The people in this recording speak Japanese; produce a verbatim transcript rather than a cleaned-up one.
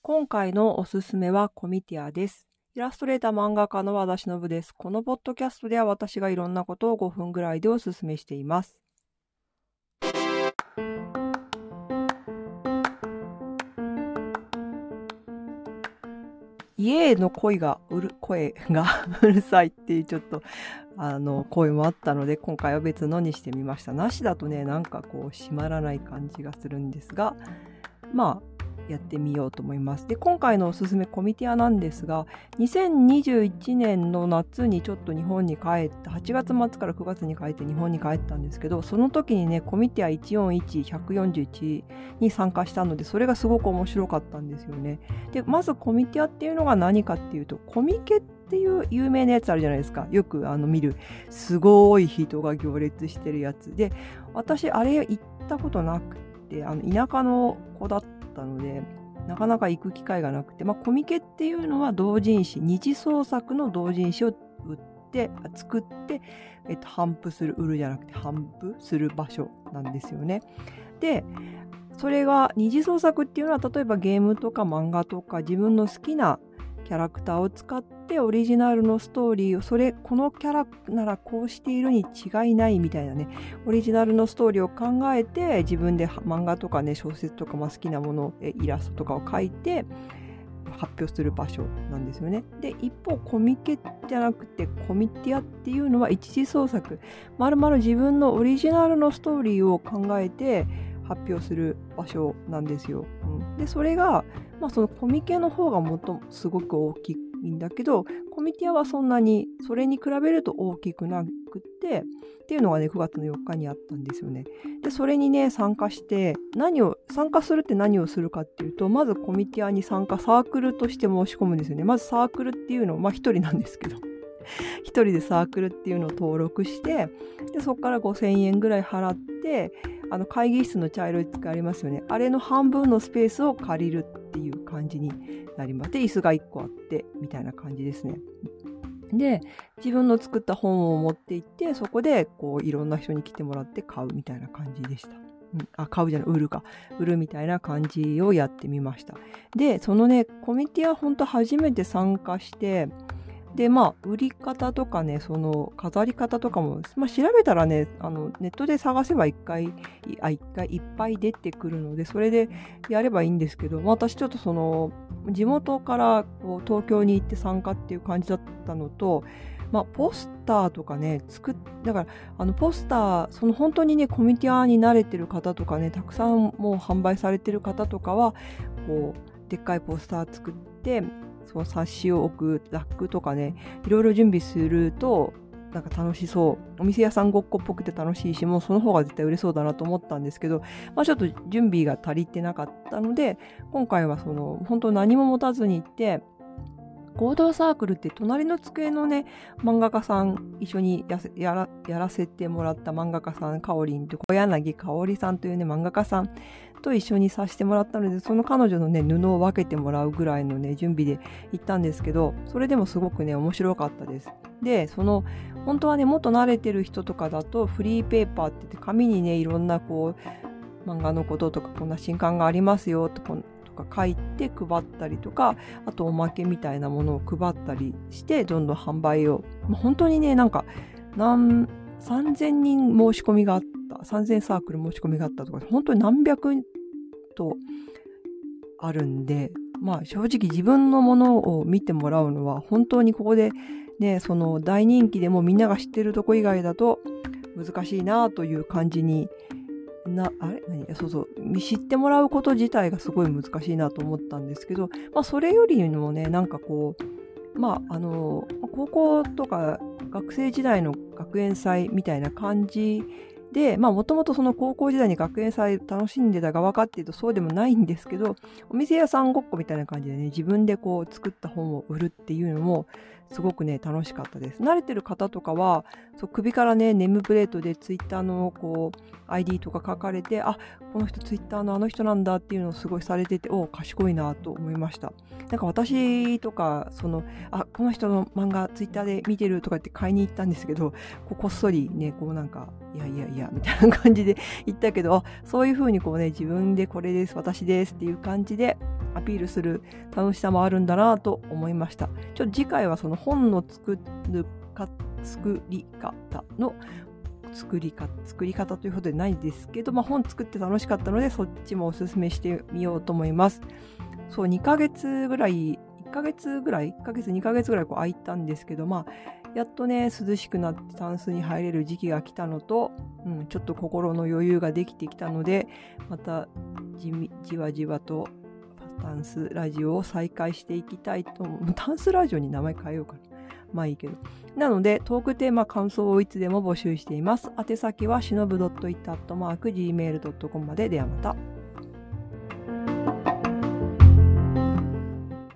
今回のおすすめはコミティアです。イラストレーター漫画家の和田忍です。このポッドキャストでは私がいろんなことをごふんぐらいでおすすめしています。家への声がうる声がうるさいっていうちょっとあの声もあったので、今回は別のにしてみました。なしだとね、なんかこう閉まらない感じがするんですが、まあやってみようと思います。で、今回のおすすめコミティアなんですが、にせんにじゅういちねんの夏にちょっと日本に帰って、はちがつまつからくがつに帰って日本に帰ったんですけど、その時にね、コミティアいちよんいち、ひゃくよんじゅういちに参加したので、それがすごく面白かったんですよね。で、まずコミティアっていうのが何かっていうと、コミケっていう有名なやつあるじゃないですか。よくあの見る、すごい人が行列してるやつで、私あれ行ったことなくて、あの田舎の子だったったのでなかなか行く機会がなくて、まあ、コミケっていうのは同人誌、二次創作の同人誌を売って作って、えっと、販布する、売るじゃなくて販布する場所なんですよね。で、それが二次創作っていうのは、例えばゲームとか漫画とか自分の好きなキャラクターを使ってオリジナルのストーリーを、それこのキャラならこうしているに違いないみたいなね、オリジナルのストーリーを考えて、自分で漫画とかね、小説とか、まあ、好きなもの、イラストとかを描いて発表する場所なんですよね。で、一方コミケじゃなくてコミティアっていうのは一次創作、まるまる自分のオリジナルのストーリーを考えて発表する場所なんですよ。うん、で、それが、まあ、そのコミケの方がもっとすごく大きいんだけど、コミティアはそんなにそれに比べると大きくなくってっていうのがね、くがつのよっかにあったんですよね。で、それにね、参加して、何を参加するって何をするかっていうと、まずコミティアに参加、サークルとして申し込むんですよね。まずサークルっていうのを、まあ一人なんですけど一人でサークルっていうのを登録して、でそこからごせんえんぐらい払って、あの会議室の茶色い机ありますよね。あれの半分のスペースを借りるっていう感じになります。で、椅子がいっこあってみたいな感じですね。で、自分の作った本を持って行って、そこでこういろんな人に来てもらって買うみたいな感じでした。うん、あ、買うじゃない、売るか。売るみたいな感じをやってみました。で、そのね、コミティア本当初めて参加して、で、まあ、売り方とかね、その飾り方とかも、まあ、調べたらね、あのネットで探せば一回、あ、一回いっぱい出てくるので、それでやればいいんですけど、まあ、私ちょっとその、地元からこう東京に行って参加っていう感じだったのと、まあ、ポスターとかね、作っ、だから、あの、ポスター、その本当にね、コミティアに慣れてる方とかね、たくさんもう販売されてる方とかは、こう、でっかいポスター作って、その冊子を置くラックとかね、いろいろ準備するとなんか楽しそう、お店屋さんごっこっぽくて楽しいし、もうその方が絶対売れそうだなと思ったんですけど、まあ、ちょっと準備が足りてなかったので、今回はその本当何も持たずに行って、合同サークルって隣の机のね、漫画家さん一緒に や, や, らやらせてもらった漫画家さん、かおりんと小柳かおりさんというね、漫画家さんと一緒にさせてもらったので、その彼女のね、布を分けてもらうぐらいのね、準備で行ったんですけど、それでもすごくね、面白かったです。で、その、本当はね、もっと慣れてる人とかだと、フリーペーパーって言って、紙にね、いろんなこう、漫画のこととか、こんな新刊がありますよ、とか、書いて配ったりとか、あとおまけみたいなものを配ったりして、どんどん販売を、本当にね、なんか何さんぜんにん申し込みがあった、さんぜんサークル申し込みがあったとか、本当に何百とあるんで、まあ正直自分のものを見てもらうのは本当にここでね、その大人気でもみんなが知ってるとこ以外だと難しいなという感じにな、あれ何そうそう、知ってもらうこと自体がすごい難しいなと思ったんですけど、まあそれよりもね、なんかこう、まああの、高校とか学生時代の学園祭みたいな感じで、まあもともとその高校時代に学園祭楽しんでた側かっていうとそうでもないんですけど、お店屋さんごっこみたいな感じでね、自分でこう作った本を売るっていうのもすごくね、楽しかったです。慣れてる方とかは、そう首からね、ネームプレートでツイッターのこう アイディー とか書かれて、あ、この人ツイッターのあの人なんだっていうのをすごいされてて、お、賢いなと思いました。なんか私とか、その、あ、この人の漫画ツイッターで見てるとかって買いに行ったんですけど、こうこっそりね、こうなんか、いやいやいや、みたいな感じで言ったけど、あ、そういう風にこうね、自分でこれです、私ですっていう感じでアピールする楽しさもあるんだなと思いました。ちょっと次回はその本の作るか作り方の作りか作り方ということでないですけど、まあ、本作って楽しかったのでそっちもおすすめしてみようと思います。そうにかげつぐらいいっかげつぐらいいっかげつにかげつぐらいこう空いたんですけど、まあやっとね涼しくなってタンスに入れる時期が来たのと、うん、ちょっと心の余裕ができてきたのでまた じ, じわじわとタンスラジオを再開していきたいと思う。タンスラジオに名前変えようかな。まあいいけど。なのでトークテーマ感想をいつでも募集しています。宛先はしのぶ .it アットマーク ジーメール ドットコム まで。ではまた。